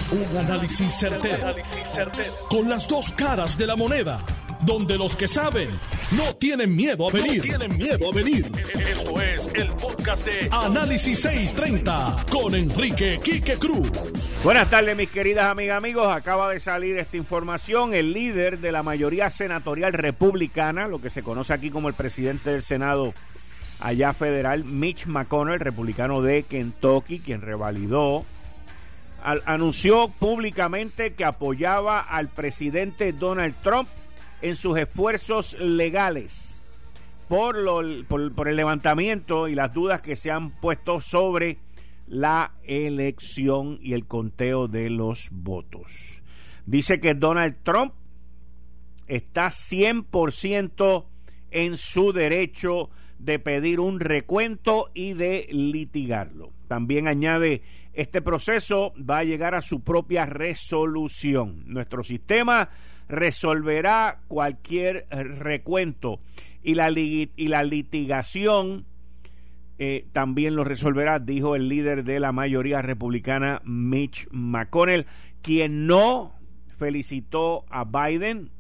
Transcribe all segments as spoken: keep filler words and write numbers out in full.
Un análisis certero, con las dos caras de la moneda, donde los que saben no tienen miedo a venir. No tienen miedo a venir. Esto es el podcast de Análisis seiscientos treinta con Enrique Quique Cruz. Buenas tardes, mis queridas amigas, amigos. Acaba de salir esta información. El líder de la mayoría senatorial republicana, lo que se conoce aquí como el presidente del Senado allá federal, Mitch McConnell, republicano de Kentucky, quien revalidó, al, anunció públicamente que apoyaba al presidente Donald Trump en sus esfuerzos legales por, lo, por, por el levantamiento y las dudas que se han puesto sobre la elección y el conteo de los votos. Dice que Donald Trump está cien por ciento en su derecho de pedir un recuento y de litigarlo. También añade, este proceso va a llegar a su propia resolución. Nuestro sistema resolverá cualquier recuento y la, y la litigación eh, también lo resolverá, dijo el líder de la mayoría republicana, Mitch McConnell, quien no felicitó a Biden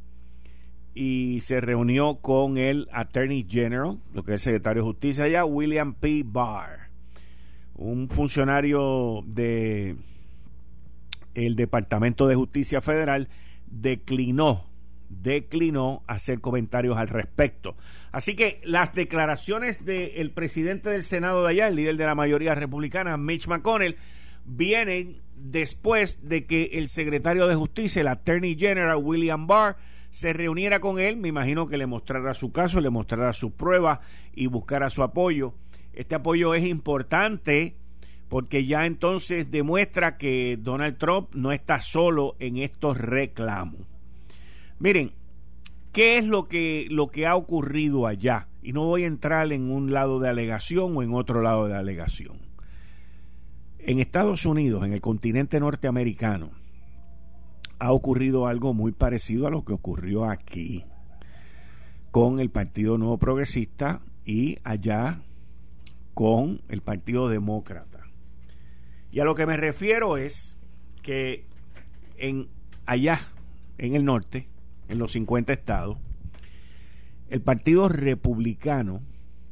y se reunió con el Attorney General, lo que es el secretario de Justicia allá, William P. Barr, un funcionario de el Departamento de Justicia Federal. declinó declinó hacer comentarios al respecto. Así que las declaraciones del presidente del Senado de allá, el líder de la mayoría republicana, Mitch McConnell, vienen después de que el secretario de Justicia, el Attorney General William Barr, se reuniera con él. Me imagino que le mostrara su caso, le mostrara sus pruebas y buscara su apoyo. Este apoyo es importante porque ya entonces demuestra que Donald Trump no está solo en estos reclamos. Miren, ¿qué es lo que, lo que ha ocurrido allá? Y no voy a entrar en un lado de alegación o en otro lado de alegación. En Estados Unidos, en el continente norteamericano, ha ocurrido algo muy parecido a lo que ocurrió aquí con el Partido Nuevo Progresista y allá con el Partido Demócrata. Y a lo que me refiero es que en allá, en el norte, en los cincuenta estados, el Partido Republicano,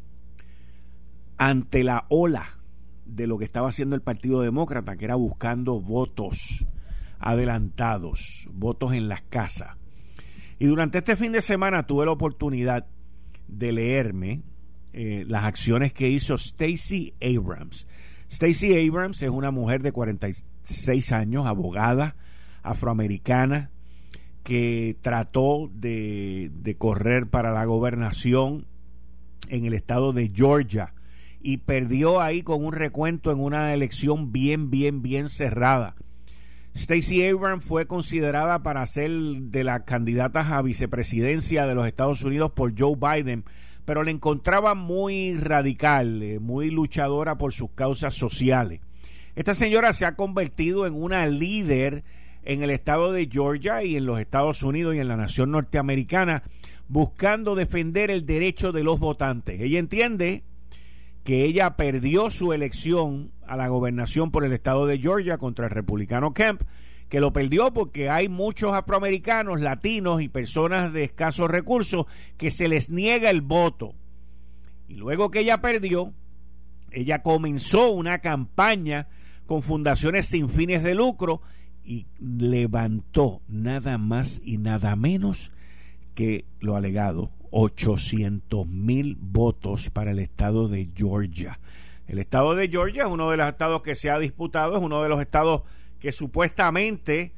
ante la ola de lo que estaba haciendo el Partido Demócrata, que era buscando votos adelantados, votos en las casas. Y durante este fin de semana tuve la oportunidad de leerme eh, las acciones que hizo Stacey Abrams. Stacey Abrams es una mujer de cuarenta y seis años, abogada afroamericana, que trató de, de correr para la gobernación en el estado de Georgia y perdió ahí con un recuento en una elección bien, bien, bien cerrada. Stacey Abrams fue considerada para ser de las candidatas a vicepresidencia de los Estados Unidos por Joe Biden, pero la encontraba muy radical, eh, muy luchadora por sus causas sociales. Esta señora se ha convertido en una líder en el estado de Georgia y en los Estados Unidos y en la nación norteamericana, buscando defender el derecho de los votantes. Ella entiende que ella perdió su elección a la gobernación por el estado de Georgia contra el republicano Kemp, que lo perdió porque hay muchos afroamericanos, latinos y personas de escasos recursos que se les niega el voto. Y luego que ella perdió, ella comenzó una campaña con fundaciones sin fines de lucro y levantó nada más y nada menos que lo alegado, ochocientos mil votos para el estado de Georgia. El estado de Georgia es uno de los estados que se ha disputado, es uno de los estados que supuestamente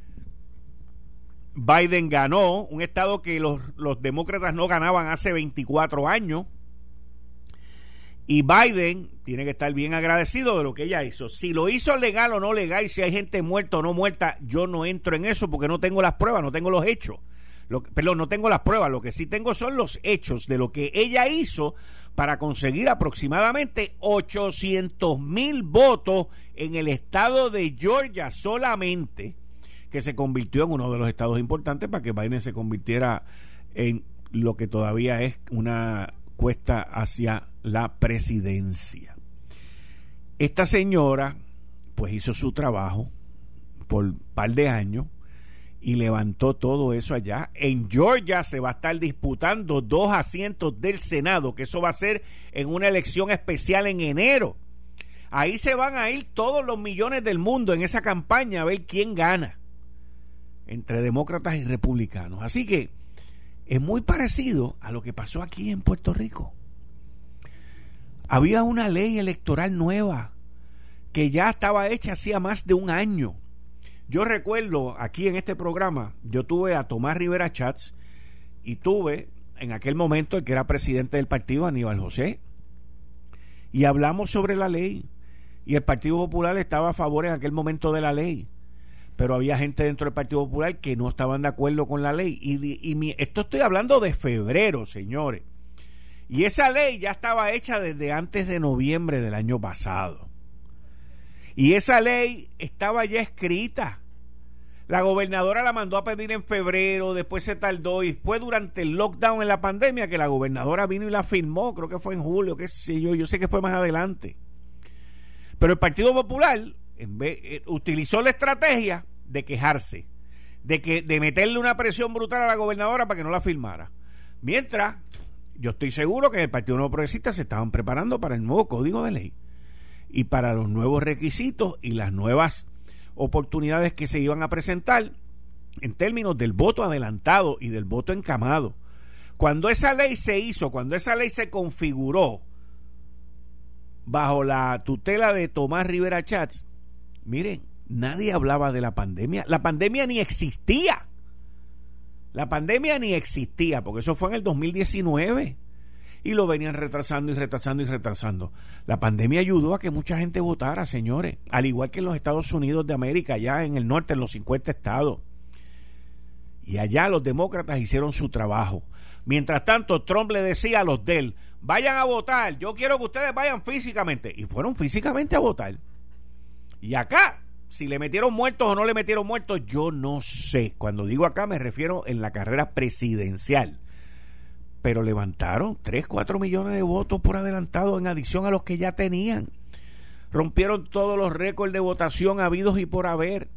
Biden ganó, un estado que los, los demócratas no ganaban hace veinticuatro años, y Biden tiene que estar bien agradecido de lo que ella hizo. Si lo hizo legal o no legal, si hay gente muerta o no muerta, yo no entro en eso porque no tengo las pruebas, no tengo los hechos. Lo, perdón, no tengo las pruebas, lo que sí tengo son los hechos de lo que ella hizo para conseguir aproximadamente ochocientos mil votos en el estado de Georgia solamente, que se convirtió en uno de los estados importantes para que Biden se convirtiera en lo que todavía es una cuesta hacia la presidencia. Esta señora pues hizo su trabajo, por un par de años y levantó todo eso allá. En Georgia se va a estar disputando dos asientos del Senado, que eso va a ser en una elección especial en enero. Ahí se van a ir todos los millones del mundo en esa campaña a ver quién gana entre demócratas y republicanos. Así que es muy parecido a lo que pasó aquí en Puerto Rico. Había una ley electoral nueva que ya estaba hecha hacía más de un año. Yo recuerdo aquí en este programa, yo tuve a Tomás Rivera Chats y tuve en aquel momento el que era presidente del partido, Aníbal José, y hablamos sobre la ley y el Partido Popular estaba a favor en aquel momento de la ley, pero había gente dentro del Partido Popular que no estaban de acuerdo con la ley y, y mi, esto estoy hablando de febrero, señores, y esa ley ya estaba hecha desde antes de noviembre del año pasado. Y esa ley estaba ya escrita. La gobernadora la mandó a pedir en febrero, después se tardó y fue durante el lockdown en la pandemia que la gobernadora vino y la firmó, creo que fue en julio, qué sé yo, yo sé que fue más adelante. Pero el Partido Popular en vez, eh, utilizó la estrategia de quejarse, de, que, de meterle una presión brutal a la gobernadora para que no la firmara. Mientras, yo estoy seguro que en el Partido Nuevo Progresista se estaban preparando para el nuevo Código de Ley y para los nuevos requisitos y las nuevas oportunidades que se iban a presentar en términos del voto adelantado y del voto encamado. Cuando esa ley se hizo, cuando esa ley se configuró bajo la tutela de Tomás Rivera Chats, miren, nadie hablaba de la pandemia. La pandemia ni existía. La pandemia ni existía, porque eso fue en el dos mil diecinueve. Y lo venían retrasando y retrasando y retrasando. La pandemia ayudó a que mucha gente votara, señores, al igual que en los Estados Unidos de América, allá en el norte, en los cincuenta estados. Y allá los demócratas hicieron su trabajo. Mientras tanto, Trump le decía a los de él, vayan a votar, yo quiero que ustedes vayan físicamente. Y fueron físicamente a votar. Y acá, si le metieron muertos o no le metieron muertos, yo no sé. Cuando digo acá me refiero en la carrera presidencial. Pero levantaron tres, cuatro millones de votos por adelantado en adición a los que ya tenían. Rompieron todos los récords de votación habidos y por haber.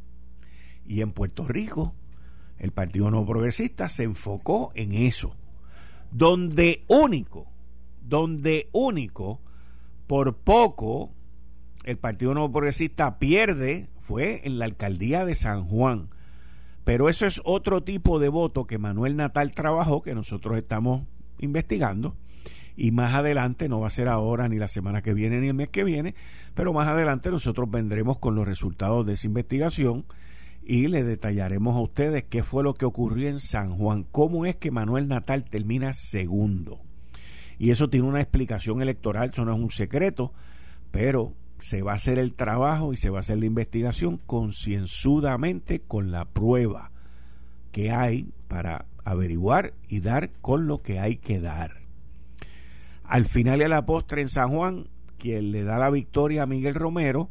Y en Puerto Rico, el Partido Nuevo Progresista se enfocó en eso. Donde único, donde único, por poco, el Partido Nuevo Progresista pierde fue en la alcaldía de San Juan. Pero eso es otro tipo de voto que Manuel Natal trabajó, que nosotros estamos investigando, y más adelante, no va a ser ahora, ni la semana que viene, ni el mes que viene, pero más adelante nosotros vendremos con los resultados de esa investigación y le detallaremos a ustedes qué fue lo que ocurrió en San Juan, cómo es que Manuel Natal termina segundo. Y eso tiene una explicación electoral, eso no es un secreto, pero se va a hacer el trabajo y se va a hacer la investigación concienzudamente con la prueba que hay para averiguar y dar con lo que hay que dar. Al final y a la postre en San Juan, quien le da la victoria a Miguel Romero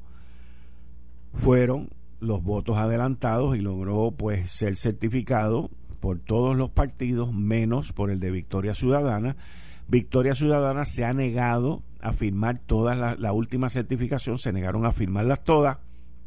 fueron los votos adelantados y logró pues ser certificado por todos los partidos menos por el de Victoria Ciudadana. Victoria Ciudadana se ha negado a firmar todas la, la última certificación, se negaron a firmarlas todas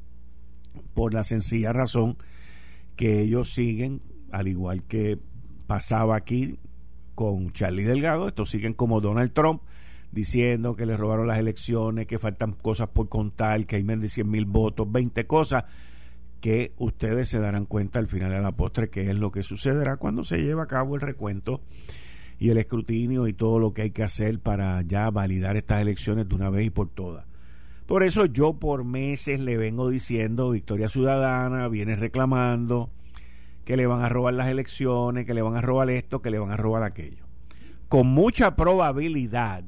por la sencilla razón que ellos siguen, al igual que pasaba aquí con Charlie Delgado, estos siguen como Donald Trump, diciendo que le robaron las elecciones, que faltan cosas por contar, que hay más de cien mil votos, veinte cosas que ustedes se darán cuenta al final de la postre que es lo que sucederá cuando se lleve a cabo el recuento y el escrutinio y todo lo que hay que hacer para ya validar estas elecciones de una vez y por todas. Por eso yo por meses le vengo diciendo, Victoria Ciudadana viene reclamando que le van a robar las elecciones, que le van a robar esto, que le van a robar aquello. Con mucha probabilidad,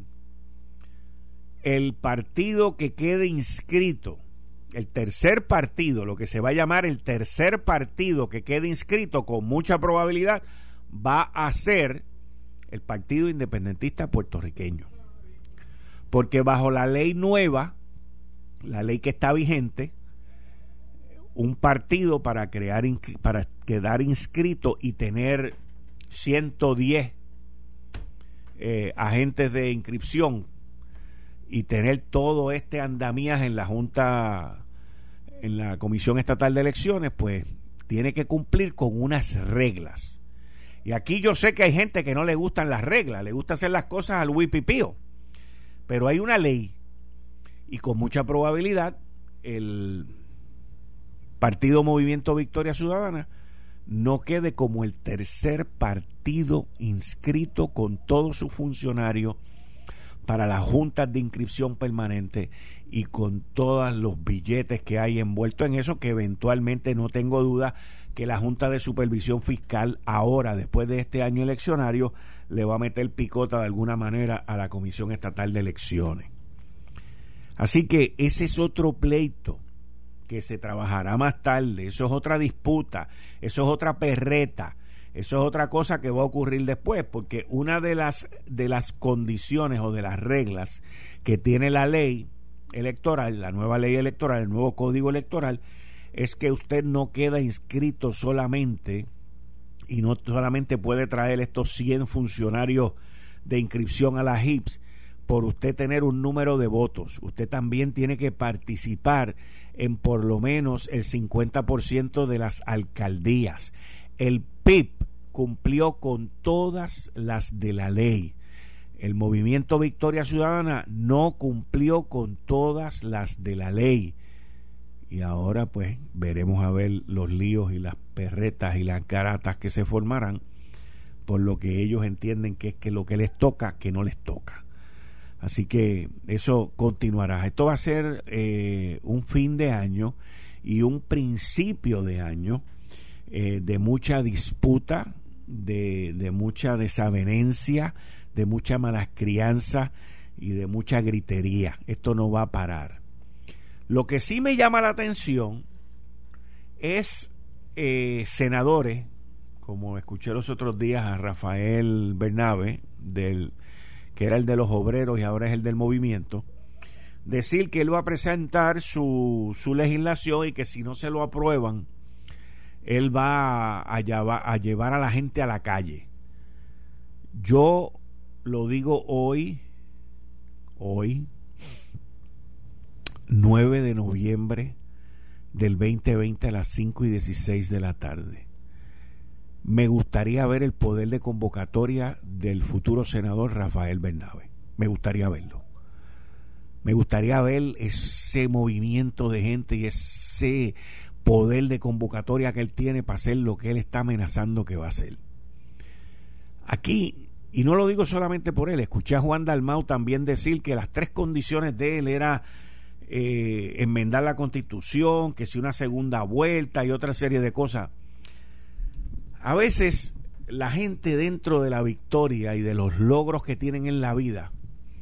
el partido que quede inscrito, el tercer partido, lo que se va a llamar el tercer partido que quede inscrito, con mucha probabilidad va a ser el Partido Independentista Puertorriqueño, porque bajo la ley nueva, la ley que está vigente, un partido para crear para quedar inscrito y tener ciento diez eh, agentes de inscripción y tener todo este andamiaje en la Junta en la Comisión Estatal de Elecciones, pues tiene que cumplir con unas reglas. Y aquí yo sé que hay gente que no le gustan las reglas, le gusta hacer las cosas al huipipío, pero hay una ley y con mucha probabilidad el Partido Movimiento Victoria Ciudadana no quede como el tercer partido inscrito con todos sus funcionarios para las juntas de inscripción permanente y con todos los billetes que hay envueltos en eso, que eventualmente no tengo duda que la Junta de Supervisión Fiscal ahora, después de este año eleccionario, le va a meter picota de alguna manera a la Comisión Estatal de Elecciones. Así que ese es otro pleito que se trabajará más tarde, eso es otra disputa, eso es otra perreta, eso es otra cosa que va a ocurrir después, porque una de las de las condiciones o de las reglas que tiene la ley electoral, la nueva ley electoral, el nuevo código electoral, es que usted no queda inscrito solamente y no solamente puede traer estos cien funcionarios de inscripción a la H I P S por usted tener un número de votos, usted también tiene que participar en por lo menos el cincuenta por ciento de las alcaldías. El P I B cumplió con todas las de la ley. El Movimiento Victoria Ciudadana no cumplió con todas las de la ley. Y ahora pues veremos a ver los líos y las perretas y las garatas que se formarán por lo que ellos entienden que es que lo que les toca, que no les toca. Así que eso continuará. Esto va a ser eh, un fin de año y un principio de año eh, de mucha disputa, de, de mucha desavenencia, de mucha mala crianza y de mucha gritería. Esto no va a parar. Lo que sí me llama la atención es eh, senadores, como escuché los otros días a Rafael Bernabe, del que era el de los obreros y ahora es el del movimiento, decir que él va a presentar su, su legislación y que si no se lo aprueban, él va a, a, llevar, a llevar a la gente a la calle. Yo lo digo hoy, hoy, nueve de noviembre del veinte veinte a las cinco y dieciséis de la tarde. Me gustaría ver el poder de convocatoria del futuro senador Rafael Bernabe. Me gustaría verlo. Me gustaría ver ese movimiento de gente y ese poder de convocatoria que él tiene para hacer lo que él está amenazando que va a hacer. Aquí, y no lo digo solamente por él, escuché a Juan Dalmau también decir que las tres condiciones de él era eh, enmendar la Constitución, que si una segunda vuelta y otra serie de cosas. A veces la gente dentro de la victoria y de los logros que tienen en la vida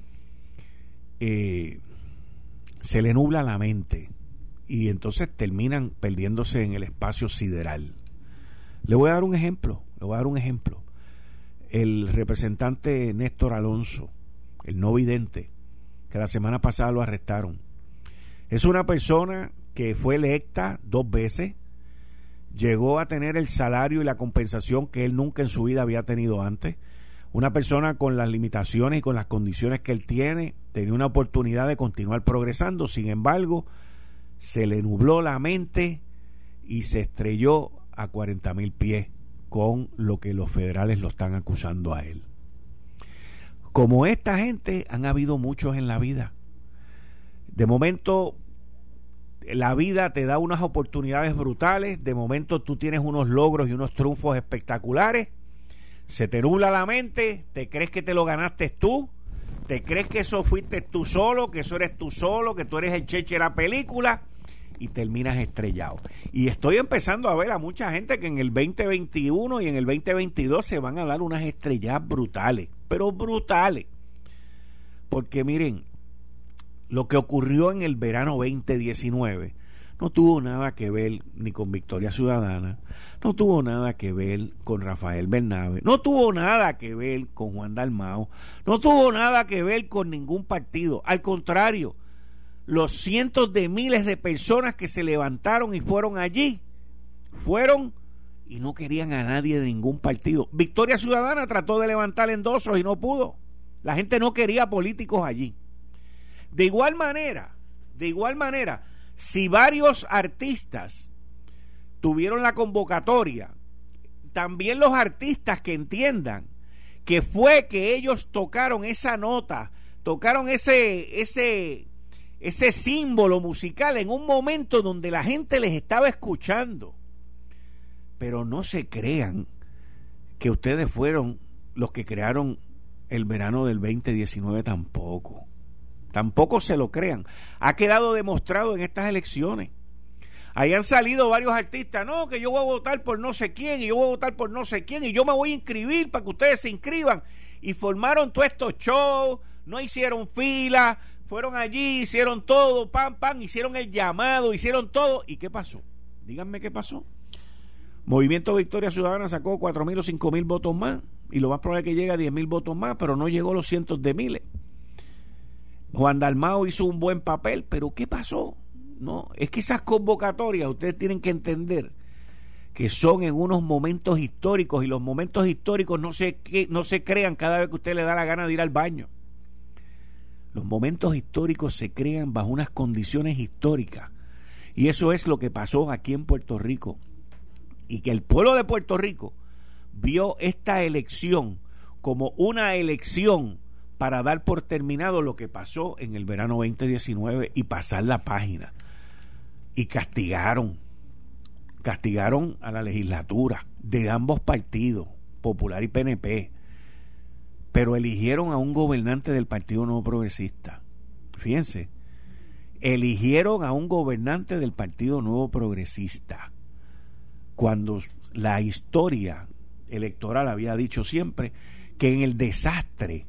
eh, se le nubla la mente y entonces terminan perdiéndose en el espacio sideral. Le voy a dar un ejemplo, le voy a dar un ejemplo. El representante Néstor Alonso, el no vidente, que la semana pasada lo arrestaron, es una persona que fue electa dos veces, llegó a tener el salario y la compensación que él nunca en su vida había tenido antes. Una persona con las limitaciones y con las condiciones que él tiene, tenía una oportunidad de continuar progresando. Sin embargo, se le nubló la mente y se estrelló a cuarenta mil pies con lo que los federales lo están acusando a él. Como esta gente, han habido muchos en la vida. De momento, la vida te da unas oportunidades brutales, de momento tú tienes unos logros y unos triunfos espectaculares, se te nubla la mente, te crees que te lo ganaste tú, te crees que eso fuiste tú solo, que eso eres tú solo, que tú eres el cheche de la película y terminas estrellado. Y estoy empezando a ver a mucha gente que en el veinte veintiuno y en el veinte veintidós se van a dar unas estrellas brutales, pero brutales. Porque miren, lo que ocurrió en el verano veinte diecinueve no tuvo nada que ver ni con Victoria Ciudadana, no tuvo nada que ver con Rafael Bernabe, no tuvo nada que ver con Juan Dalmau, no tuvo nada que ver con ningún partido. Al contrario, los cientos de miles de personas que se levantaron y fueron allí, fueron y no querían a nadie de ningún partido. Victoria Ciudadana trató de levantar endosos y no pudo. La gente no quería políticos allí. De igual manera, de igual manera, Si varios artistas tuvieron la convocatoria, también los artistas que entiendan que fue que ellos tocaron esa nota, tocaron ese, ese, ese símbolo musical en un momento donde la gente les estaba escuchando. Pero no se crean que ustedes fueron los que crearon el verano del veinte diecinueve tampoco. Tampoco se lo crean. Ha quedado demostrado en estas elecciones. Ahí han salido varios artistas, no, que yo voy a votar por no sé quién, y yo voy a votar por no sé quién, y yo me voy a inscribir para que ustedes se inscriban. Y formaron todos estos shows, no hicieron fila, fueron allí, hicieron todo, pam, pam, hicieron el llamado, hicieron todo. ¿Y qué pasó? Díganme qué pasó. Movimiento Victoria Ciudadana sacó cuatro mil o cinco mil votos más, y lo más probable es que llegue a diez mil votos más, pero no llegó a los cientos de miles. Juan Dalmao hizo un buen papel, pero ¿qué pasó? No, es que esas convocatorias ustedes tienen que entender que son en unos momentos históricos, y los momentos históricos no se, que, no se crean cada vez que usted le da la gana de ir al baño. Los momentos históricos se crean bajo unas condiciones históricas, y eso es lo que pasó aquí en Puerto Rico, y que el pueblo de Puerto Rico vio esta elección como una elección para dar por terminado lo que pasó en el verano veinte diecinueve y pasar la página. Y castigaron, castigaron a la legislatura de ambos partidos, Popular y P N P, pero eligieron a un gobernante del Partido Nuevo Progresista. Fíjense, eligieron a un gobernante del Partido Nuevo Progresista, cuando la historia electoral había dicho siempre que en el desastre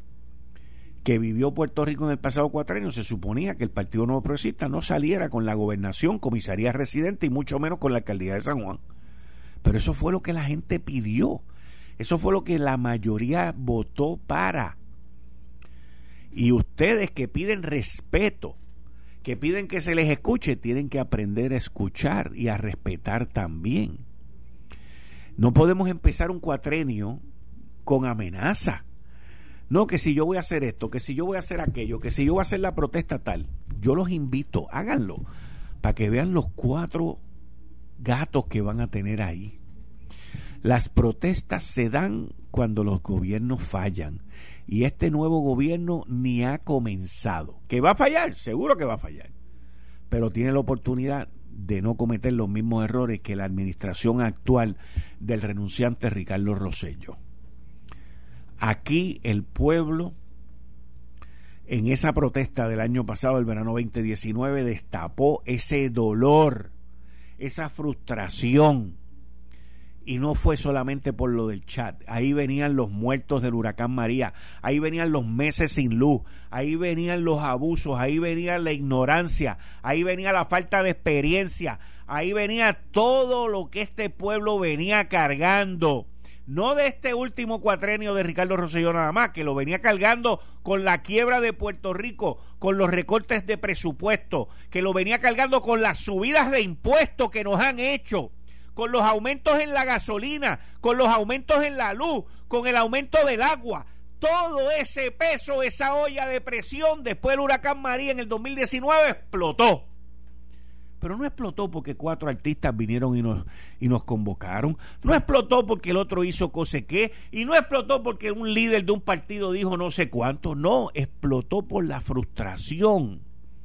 que vivió Puerto Rico en el pasado cuatrenio se suponía que el Partido Nuevo Progresista no saliera con la gobernación, comisaría residente y mucho menos con la alcaldía de San Juan. Pero eso fue lo que la gente pidió, eso fue lo que la mayoría votó para. Y ustedes que piden respeto, que piden que se les escuche, tienen que aprender a escuchar y a respetar también. No podemos empezar un cuatrenio con amenaza. No, que si yo voy a hacer esto, que si yo voy a hacer aquello, que si yo voy a hacer la protesta tal. Yo los invito, háganlo, para que vean los cuatro gatos que van a tener ahí. Las protestas se dan cuando los gobiernos fallan, y este nuevo gobierno ni ha comenzado. ¿Que va a fallar? Seguro que va a fallar, pero tiene la oportunidad de no cometer los mismos errores que la administración actual del renunciante Ricardo Rosselló. Aquí el pueblo, en esa protesta del año pasado, el verano veinte diecinueve, destapó ese dolor, esa frustración. Y no fue solamente por lo del chat. Ahí venían los muertos del huracán María, ahí venían los meses sin luz, ahí venían los abusos, ahí venía la ignorancia, ahí venía la falta de experiencia, ahí venía todo lo que este pueblo venía cargando. No de este último cuatrenio de Ricardo Rosselló nada más, que lo venía cargando con la quiebra de Puerto Rico, con los recortes de presupuesto, que lo venía cargando con las subidas de impuestos que nos han hecho, con los aumentos en la gasolina, con los aumentos en la luz, con el aumento del agua. Todo ese peso, esa olla de presión, después del huracán María en el dos mil diecinueve, explotó. Pero no explotó porque cuatro artistas vinieron y nos, y nos convocaron. No explotó porque el otro hizo cose qué. Y no explotó porque un líder de un partido dijo no sé cuánto. No, explotó por la frustración.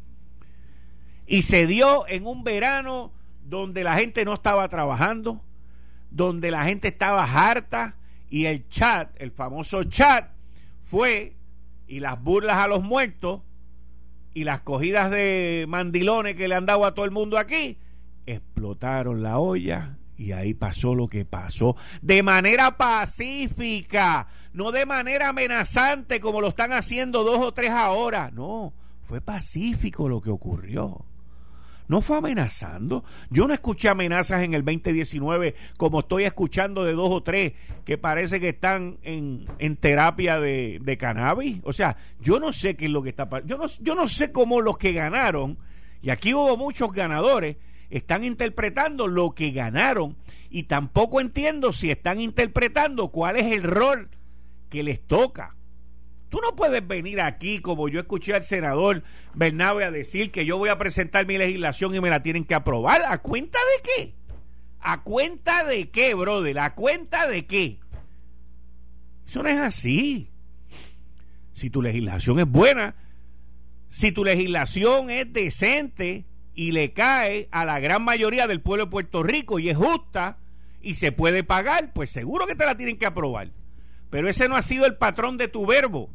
Y se dio en un verano donde la gente no estaba trabajando, donde la gente estaba harta, y el chat, el famoso chat, fue, y las burlas a los muertos y las cogidas de mandilones que le han dado a todo el mundo aquí, explotaron la olla, y ahí pasó lo que pasó, de manera pacífica, no de manera amenazante como lo están haciendo dos o tres ahora. No, fue pacífico lo que ocurrió. No fue amenazando. Yo no escuché amenazas en el veinte diecinueve como estoy escuchando de dos o tres que parece que están en, en terapia de, de cannabis. O sea, yo no sé qué es lo que está pasando. Yo no, yo no sé cómo los que ganaron, y aquí hubo muchos ganadores, están interpretando lo que ganaron, y tampoco entiendo si están interpretando cuál es el rol que les toca. Tú no puedes venir aquí, como yo escuché al senador Bernabe a decir que yo voy a presentar mi legislación y me la tienen que aprobar. ¿A cuenta de qué? ¿A cuenta de qué, brother? ¿A cuenta de qué? Eso no es así. Si tu legislación es buena, si tu legislación es decente y le cae a la gran mayoría del pueblo de Puerto Rico y es justa y se puede pagar, pues seguro que te la tienen que aprobar. Pero ese no ha sido el patrón de tu verbo.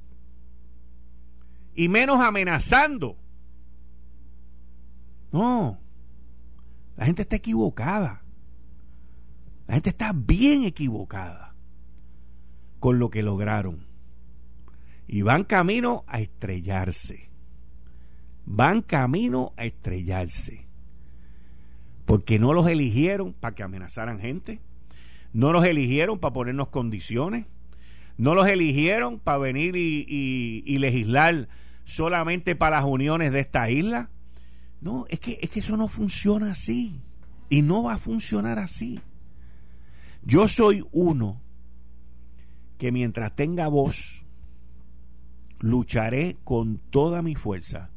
Y menos amenazando. No. La gente está equivocada. La gente está bien equivocada con lo que lograron. Y van camino a estrellarse. Van camino a estrellarse. Porque no los eligieron para que amenazaran gente. No los eligieron para ponernos condiciones. No los eligieron para venir y, y, y legislar solamente para las uniones de esta isla. No, es que, es que eso no funciona así. Y no va a funcionar así. Yo soy uno que mientras tenga voz, lucharé con toda mi fuerza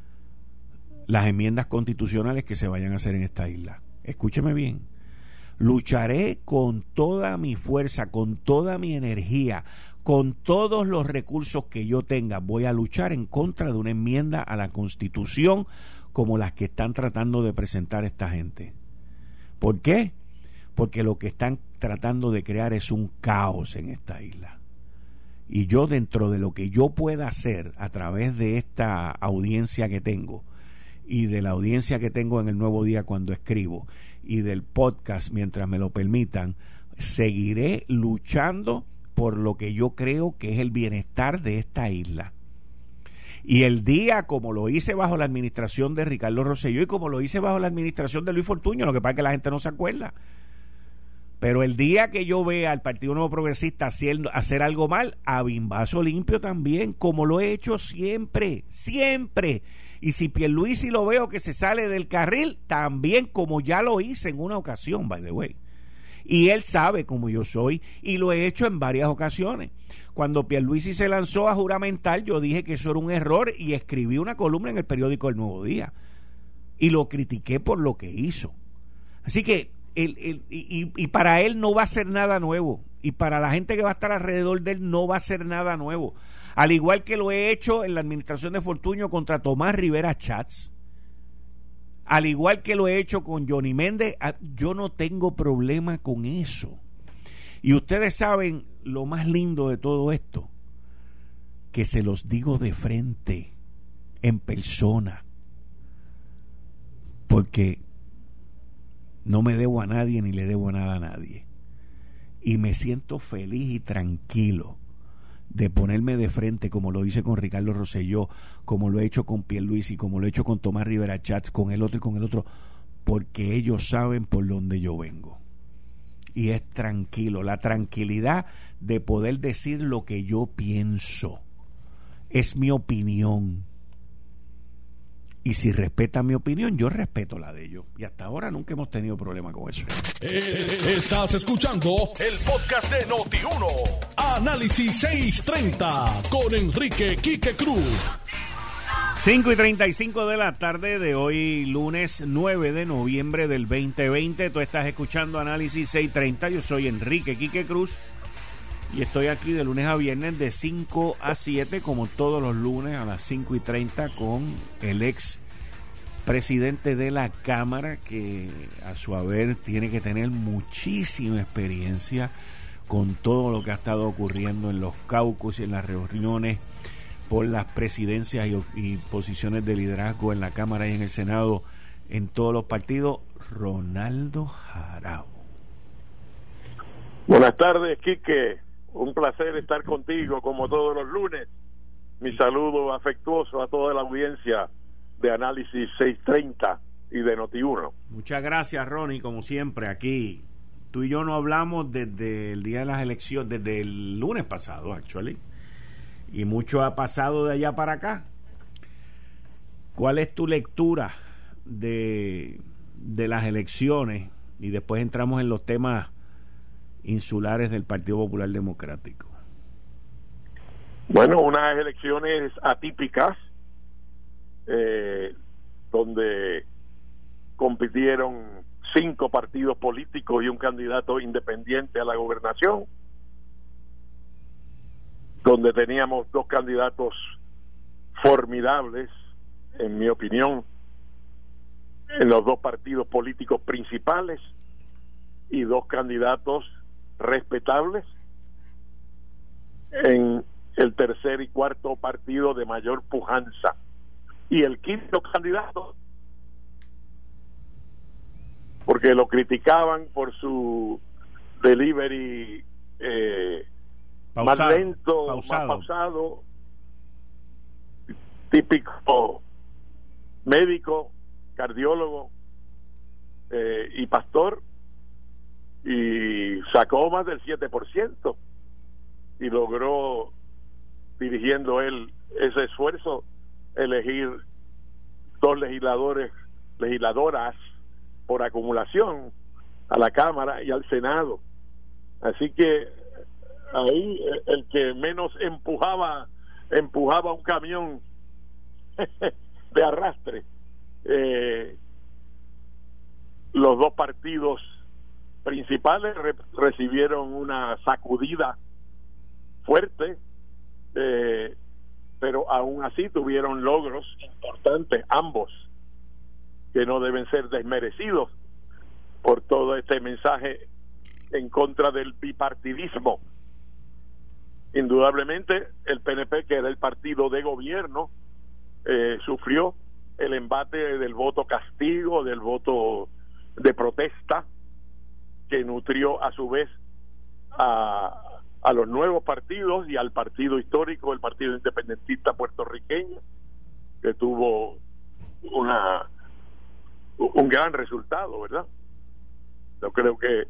las enmiendas constitucionales que se vayan a hacer en esta isla. Escúcheme bien. Lucharé con toda mi fuerza, con toda mi energía, con todos los recursos que yo tenga. Voy a luchar en contra de una enmienda a la Constitución como las que están tratando de presentar esta gente. ¿Por qué? Porque lo que están tratando de crear es un caos en esta isla. Y yo, dentro de lo que yo pueda hacer a través de esta audiencia que tengo y de la audiencia que tengo en el Nuevo Día cuando escribo y del podcast mientras me lo permitan, seguiré luchando por lo que yo creo que es el bienestar de esta isla. Y el día, como lo hice bajo la administración de Ricardo Rosselló y como lo hice bajo la administración de Luis Fortuño, lo que pasa es que la gente no se acuerda, pero el día que yo vea al Partido Nuevo Progresista hacer, hacer algo mal, a bimbazo limpio también, como lo he hecho siempre, siempre. Y si Pierluisi lo veo que se sale del carril, también, como ya lo hice en una ocasión, by the way. Y él sabe cómo yo soy, y lo he hecho en varias ocasiones. Cuando Pierluisi se lanzó a juramentar, yo dije que eso era un error y escribí una columna en el periódico El Nuevo Día. Y lo critiqué por lo que hizo. Así que, el, el, y, y para él no va a ser nada nuevo. Y para la gente que va a estar alrededor de él no va a ser nada nuevo. Al igual que lo he hecho en la administración de Fortuño contra Tomás Rivera Chats, al igual que lo he hecho con Johnny Méndez, yo no tengo problema con eso. Y ustedes saben lo más lindo de todo esto, que se los digo de frente, en persona, porque no me debo a nadie ni le debo nada a nadie. Y me siento feliz y tranquilo de ponerme de frente, como lo hice con Ricardo Rosselló, como lo he hecho con Pierluisi, como lo he hecho con Tomás Rivera Chats, con el otro y con el otro, porque ellos saben por dónde yo vengo. Y es tranquilo, la tranquilidad de poder decir lo que yo pienso. Es mi opinión. Y si respetan mi opinión, yo respeto la de ellos. Y hasta ahora nunca hemos tenido problema con eso. Estás escuchando el podcast de Noti uno. Análisis seiscientos treinta con Enrique Quique Cruz. cinco y treinta y cinco de la tarde de hoy, lunes nueve de noviembre del veinte veinte. Tú estás escuchando Análisis seiscientos treinta. Yo soy Enrique Quique Cruz. Y estoy aquí de lunes a viernes de cinco a siete, como todos los lunes a las cinco y treinta, con el ex presidente de la Cámara, que a su haber tiene que tener muchísima experiencia con todo lo que ha estado ocurriendo en los caucus y en las reuniones por las presidencias y, y posiciones de liderazgo en la Cámara y en el Senado, en todos los partidos. Ronaldo Jarabo. Buenas tardes, Quique. Un placer estar contigo como todos los lunes. Mi saludo afectuoso a toda la audiencia de Análisis seiscientos treinta y de Noti uno. Muchas gracias, Ronnie, como siempre. Aquí tú y yo no hablamos desde el día de las elecciones, desde el lunes pasado, actually, y mucho ha pasado de allá para acá. ¿Cuál es tu lectura de, de las elecciones? Y después entramos en los temas insulares del Partido Popular Democrático. Bueno, unas elecciones atípicas, eh, donde compitieron cinco partidos políticos y un candidato independiente a la gobernación, donde teníamos dos candidatos formidables, en mi opinión, en los dos partidos políticos principales, y dos candidatos respetables en el tercer y cuarto partido de mayor pujanza, y el quinto candidato, porque lo criticaban por su delivery eh, pausado, más lento, pausado. más pausado, típico médico, cardiólogo eh, y pastor, y sacó más del siete por ciento y logró, dirigiendo él ese esfuerzo, elegir dos legisladores, legisladoras por acumulación a la Cámara y al Senado. Así que ahí el que menos empujaba empujaba un camión de arrastre. Eh, los dos partidos principales re- recibieron una sacudida fuerte, eh, pero aún así tuvieron logros importantes ambos, que no deben ser desmerecidos por todo este mensaje en contra del bipartidismo. Indudablemente el P N P, que era el partido de gobierno, eh, sufrió el embate del voto castigo, del voto de protesta, que nutrió a su vez a, a los nuevos partidos y al partido histórico, el Partido Independentista Puertorriqueño, que tuvo una un gran resultado, ¿verdad? Yo creo que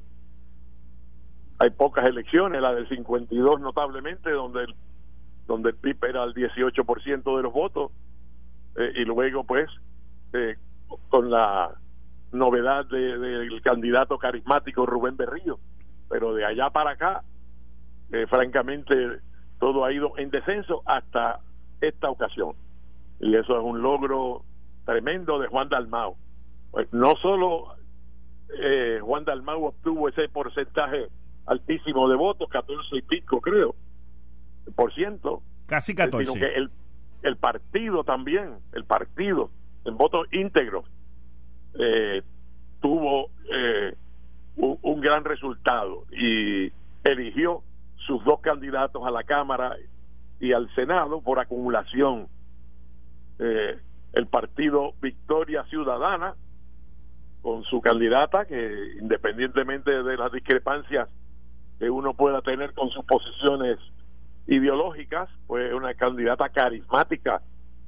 hay pocas elecciones, la del cincuenta y dos notablemente, donde el, donde el P I B era el dieciocho por ciento de los votos, eh, y luego pues eh, con la novedad de, de, del candidato carismático Rubén Berrío, pero de allá para acá eh, francamente todo ha ido en descenso hasta esta ocasión, y eso es un logro tremendo de Juan Dalmau. Pues no solo eh, Juan Dalmau obtuvo ese porcentaje altísimo de votos, catorce y pico creo por ciento, casi catorce, sino que el, el partido también, el partido en votos íntegros eh, tuvo eh, un, un gran resultado y eligió sus dos candidatos a la Cámara y al Senado por acumulación. Eh, el partido Victoria Ciudadana, con su candidata, que independientemente de las discrepancias que uno pueda tener con sus posiciones ideológicas, pues una candidata carismática,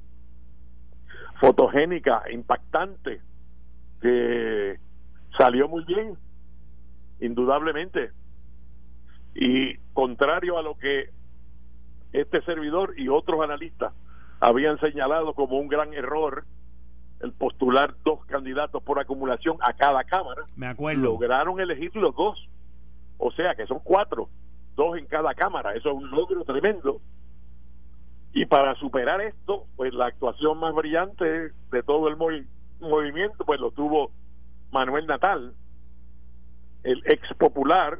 fotogénica, impactante, que salió muy bien, indudablemente. Y contrario a lo que este servidor y otros analistas habían señalado como un gran error, el postular dos candidatos por acumulación a cada cámara, me acuerdo, lograron elegir los dos, o sea que son cuatro, dos en cada cámara. Eso es un logro tremendo, y para superar esto, pues la actuación más brillante de todo el movi- movimiento pues lo tuvo Manuel Natal, el ex popular,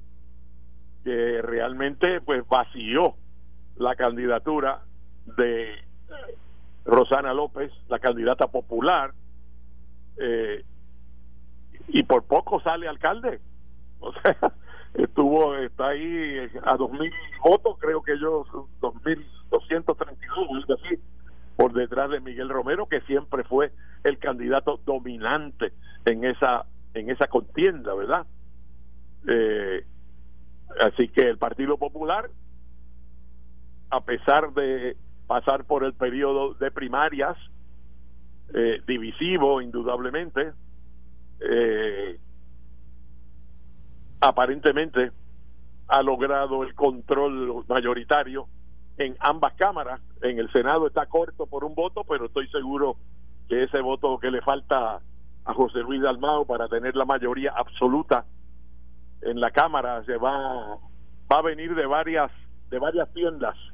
que realmente pues vació la candidatura de Rosana López, la candidata popular, eh, y por poco sale alcalde. O sea, estuvo, está ahí a dos mil votos, creo que yo, dos mil doscientos treinta y dos, algo así, por detrás de Miguel Romero, que siempre fue el candidato dominante en esa en esa contienda, ¿verdad? Eh, así que el Partido Popular, a pesar de pasar por el periodo de primarias, eh, divisivo indudablemente, eh, aparentemente ha logrado el control mayoritario en ambas cámaras. En el Senado está corto por un voto, pero estoy seguro que ese voto que le falta a José Luis Dalmau para tener la mayoría absoluta en la Cámara se va va a venir de varias de varias tiendas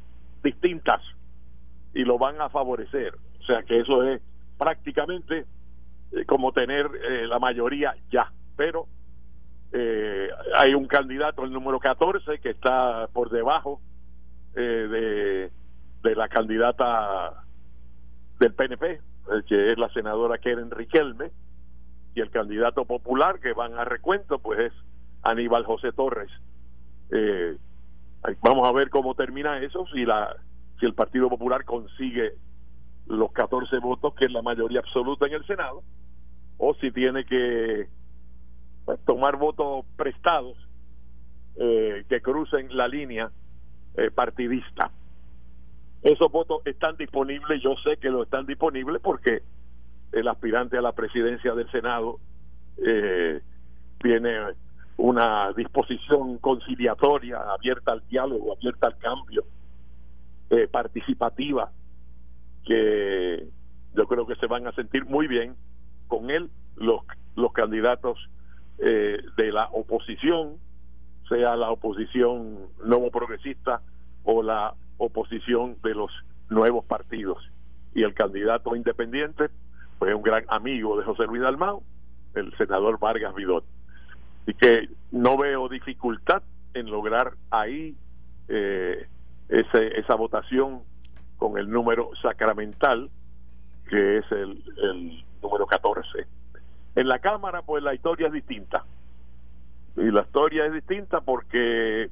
distintas y lo van a favorecer. O sea que eso es prácticamente eh, como tener eh, la mayoría ya. Pero eh, hay un candidato, el número catorce, que está por debajo eh, de, de la candidata del P N P, eh, que es la senadora Keren Riquelme, y el candidato popular que van a recuento pues es Aníbal José Torres. Eh, vamos a ver cómo termina eso, si la si el Partido Popular consigue los catorce votos, que es la mayoría absoluta en el Senado, o si tiene que pues, tomar votos prestados eh, que crucen la línea eh, partidista. Esos votos están disponibles, yo sé que lo están disponibles porque el aspirante a la presidencia del Senado eh, tiene una disposición conciliatoria, abierta al diálogo, abierta al cambio, eh, participativa, que yo creo que se van a sentir muy bien con él los, los candidatos eh, de la oposición, sea la oposición nuevo progresista o la oposición de los nuevos partidos. Y el candidato independiente pues es un gran amigo de José Luis Dalmau, el senador Vargas Vidot. Así que no veo dificultad en lograr ahí eh, ese, esa votación con el número sacramental, que es el, el número catorce. En la Cámara, pues la historia es distinta. Y la historia es distinta porque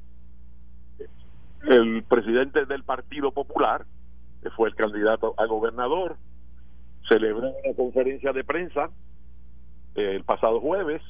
el presidente del Partido Popular, que fue el candidato a gobernador, celebró una conferencia de prensa eh, el pasado jueves,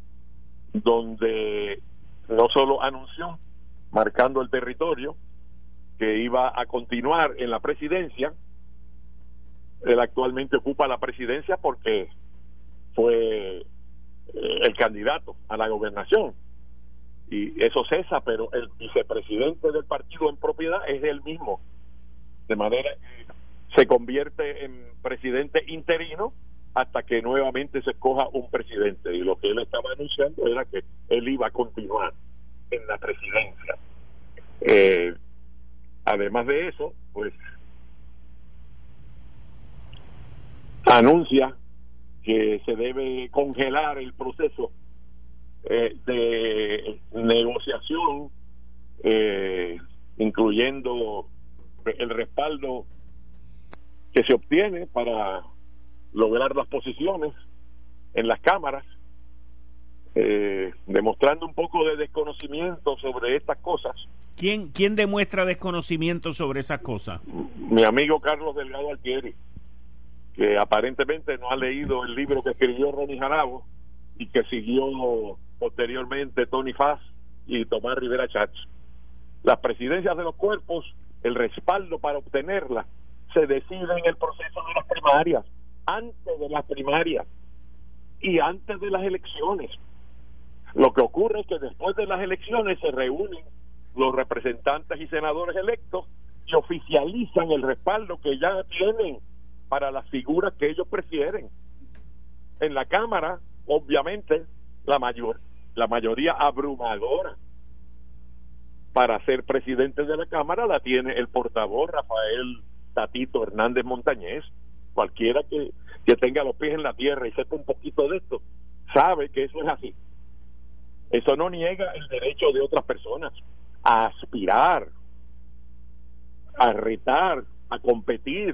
donde no solo anunció, marcando el territorio, que iba a continuar en la presidencia. Él actualmente ocupa la presidencia porque fue eh, el candidato a la gobernación, y eso cesa, pero el vicepresidente del partido en propiedad es él mismo, de manera que se convierte en presidente interino hasta que nuevamente se escoja un presidente, y lo que él estaba anunciando era que él iba a continuar en la presidencia. Eh, además de eso, pues anuncia que se debe congelar el proceso eh, de negociación, eh, incluyendo el respaldo que se obtiene para lograr las posiciones en las cámaras, eh, demostrando un poco de desconocimiento sobre estas cosas. ¿Quién, quién demuestra desconocimiento sobre esas cosas? Mi amigo Carlos Delgado Altieri, que aparentemente no ha leído el libro que escribió Ronnie Jarabo y que siguió posteriormente Tony Faz y Tomás Rivera Chats. Las presidencias de los cuerpos, el respaldo para obtenerlas, se decide en el proceso de las primarias, antes de las primarias y antes de las elecciones. Lo que ocurre es que después de las elecciones se reúnen los representantes y senadores electos y oficializan el respaldo que ya tienen para las figuras que ellos prefieren. En la Cámara, obviamente, la mayor, la mayoría abrumadora para ser presidente de la Cámara la tiene el portavoz Rafael Tatito Hernández Montañez. Cualquiera que, que tenga los pies en la tierra y sepa un poquito de esto sabe que eso es así. Eso no niega el derecho de otras personas a aspirar, a retar, a competir.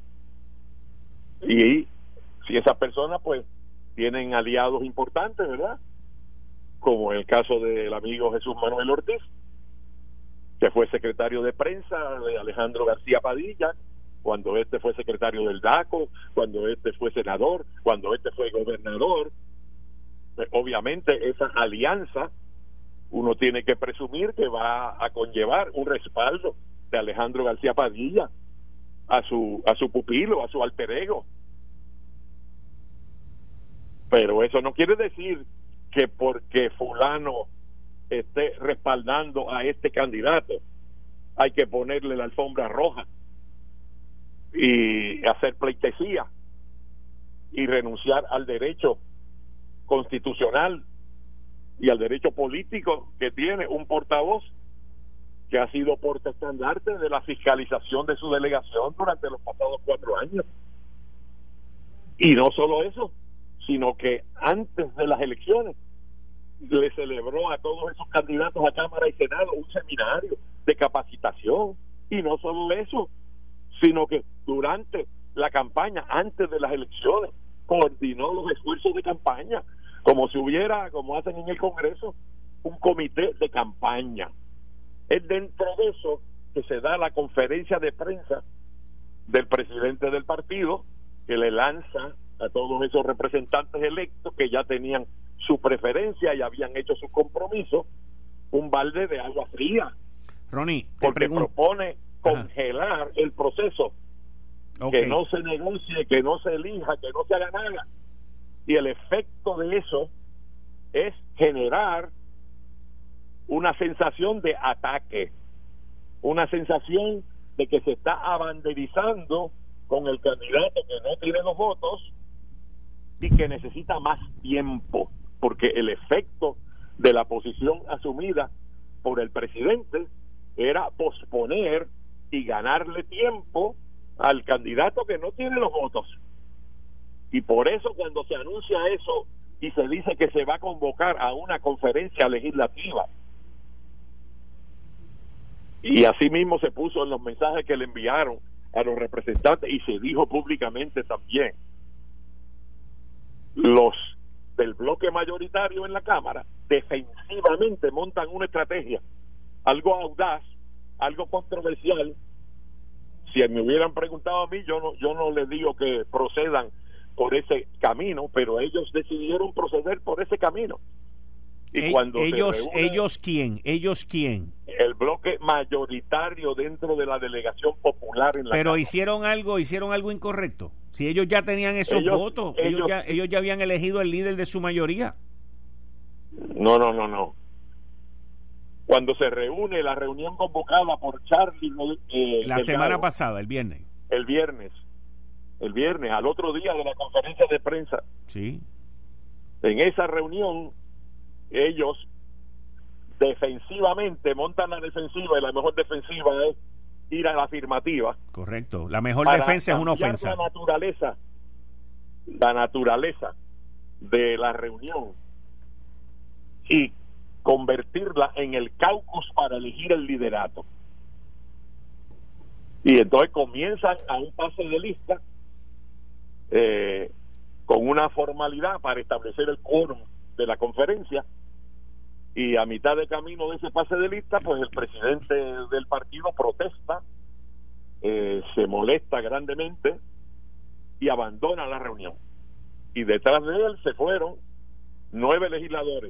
Y si esas personas pues tienen aliados importantes, ¿verdad? Como el caso del amigo Jesús Manuel Ortiz, que fue secretario de prensa de Alejandro García Padilla, cuando este fue secretario del DACO, cuando este fue senador, cuando este fue gobernador. Pues obviamente esa alianza uno tiene que presumir que va a conllevar un respaldo de Alejandro García Padilla a su a su pupilo, a su alter ego. Pero eso no quiere decir que porque fulano esté respaldando a este candidato hay que ponerle la alfombra roja y hacer pleitesía y renunciar al derecho constitucional y al derecho político que tiene un portavoz que ha sido portaestandarte de la fiscalización de su delegación durante los pasados cuatro años. Y no solo eso, sino que antes de las elecciones le celebró a todos esos candidatos a Cámara y Senado un seminario de capacitación. Y no solo eso, sino que durante la campaña, antes de las elecciones, coordinó los esfuerzos de campaña, como si hubiera, como hacen en el Congreso, un comité de campaña. Es dentro de eso que se da la conferencia de prensa del presidente del partido, que le lanza a todos esos representantes electos que ya tenían su preferencia y habían hecho su compromiso, un balde de agua fría. Ronnie, te porque pregunto. propone congelar Ajá. el proceso, okay. que no se negocie, que no se elija, que no se haga nada. Y el efecto de eso es generar una sensación de ataque, una sensación de que se está abanderizando con el candidato que no tiene los votos y que necesita más tiempo, porque el efecto de la posición asumida por el presidente era posponer y ganarle tiempo al candidato que no tiene los votos. Y por eso cuando se anuncia eso y se dice que se va a convocar a una conferencia legislativa, y así mismo se puso en los mensajes que le enviaron a los representantes y se dijo públicamente también, los del bloque mayoritario en la Cámara defensivamente montan una estrategia, algo audaz, algo controversial. Si me hubieran preguntado a mí, yo no, yo no les digo que procedan por ese camino, pero ellos decidieron proceder por ese camino. Y e- cuando ellos, se reúne, ellos quién, ellos quién, el bloque mayoritario dentro de la delegación popular en la pero Cámara. hicieron algo, hicieron algo incorrecto. Si ellos ya tenían esos ellos, votos, ellos, ellos ya, ellos ya habían elegido el líder de su mayoría. No, no, no, no. Cuando se reúne la reunión convocada por Charlie eh, la Delgado, semana pasada, el viernes. El viernes, el viernes, al otro día de la conferencia de prensa. Sí. En esa reunión, ellos defensivamente montan la defensiva y la mejor defensiva es ir a la afirmativa. Correcto. La mejor defensa es una ofensa. La naturaleza, la naturaleza de la reunión y convertirla en el caucus para elegir el liderato. Y entonces comienzan a un pase de lista eh, con una formalidad para establecer el quórum de la conferencia, y a mitad de camino de ese pase de lista, pues el presidente del partido protesta, eh, se molesta grandemente y abandona la reunión. Y detrás de él se fueron nueve legisladores,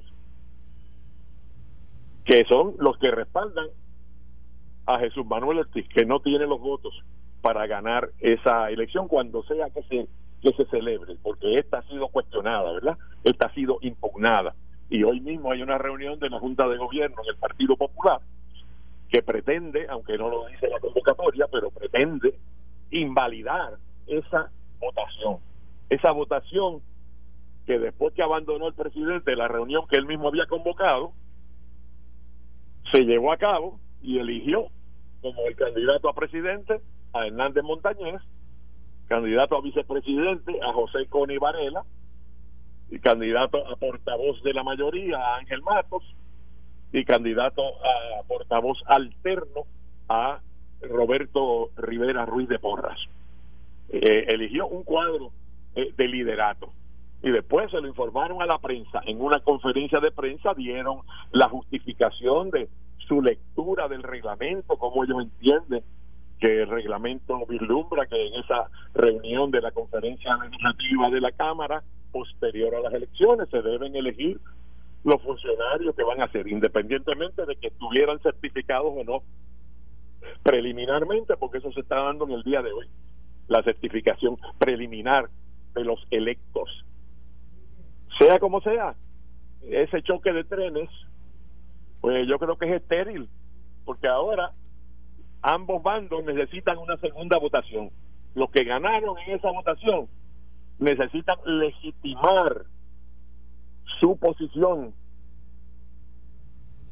que son los que respaldan a Jesús Manuel Ortiz, que no tiene los votos para ganar esa elección cuando sea que se que se celebre, porque esta ha sido cuestionada, ¿verdad? Esta ha sido impugnada. Y hoy mismo hay una reunión de la Junta de Gobierno en el Partido Popular que pretende, aunque no lo dice la convocatoria, pero pretende invalidar esa votación. Esa votación que después que abandonó el presidente la reunión que él mismo había convocado, se llevó a cabo y eligió como el candidato a presidente a Hernández Montañez, candidato a vicepresidente a José Coni Varela, y candidato a portavoz de la mayoría a Ángel Matos, y candidato a portavoz alterno a Roberto Rivera Ruiz de Porras. Eh, eligió un cuadro eh, de liderato, y después se lo informaron a la prensa. En una conferencia de prensa dieron la justificación de su lectura del reglamento, como ellos entienden que el reglamento vislumbra que en esa reunión de la conferencia legislativa de la Cámara posterior a las elecciones se deben elegir los funcionarios que van a ser, independientemente de que estuvieran certificados o no preliminarmente, porque eso se está dando en el día de hoy, la certificación preliminar de los electos. Sea como sea, ese choque de trenes, pues yo creo que es estéril, porque ahora ambos bandos necesitan una segunda votación. Los que ganaron en esa votación necesitan legitimar su posición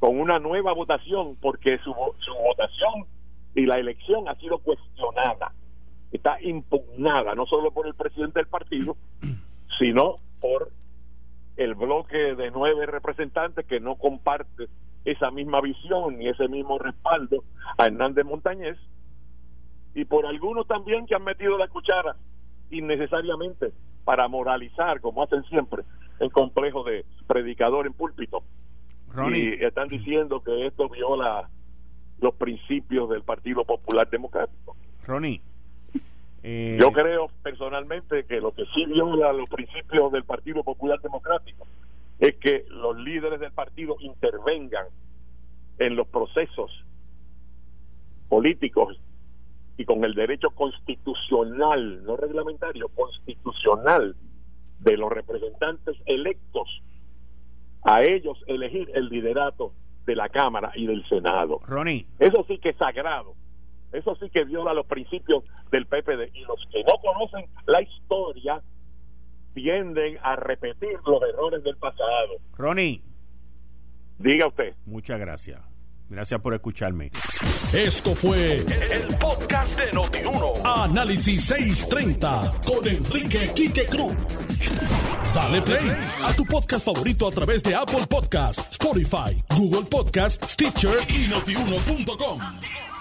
con una nueva votación, porque su, su votación y la elección ha sido cuestionada, está impugnada, no solo por el presidente del partido, sino por el bloque de nueve representantes que no comparte esa misma visión ni ese mismo respaldo a Hernández Montañez, y por algunos también que han metido la cuchara innecesariamente para moralizar, como hacen siempre, el complejo de predicador en púlpito. Ronnie. Y están diciendo que esto viola los principios del Partido Popular Democrático. Ronnie. Eh... Yo creo personalmente que lo que sí viola los principios del Partido Popular Democrático es que los líderes del partido intervengan en los procesos políticos y con el derecho constitucional, no reglamentario, constitucional de los representantes electos, a ellos elegir el liderato de la Cámara y del Senado. Ronnie. Eso sí que es sagrado. Eso sí que viola los principios del P P D. Y los que no conocen la historia tienden a repetir los errores del pasado. Ronnie. Diga usted. Muchas gracias. Gracias por escucharme. Esto fue el podcast de Notiuno. Análisis seiscientos treinta con Enrique Quique Cruz. Dale play a tu podcast favorito a través de Apple Podcasts, Spotify, Google Podcasts, Stitcher y notiuno punto com.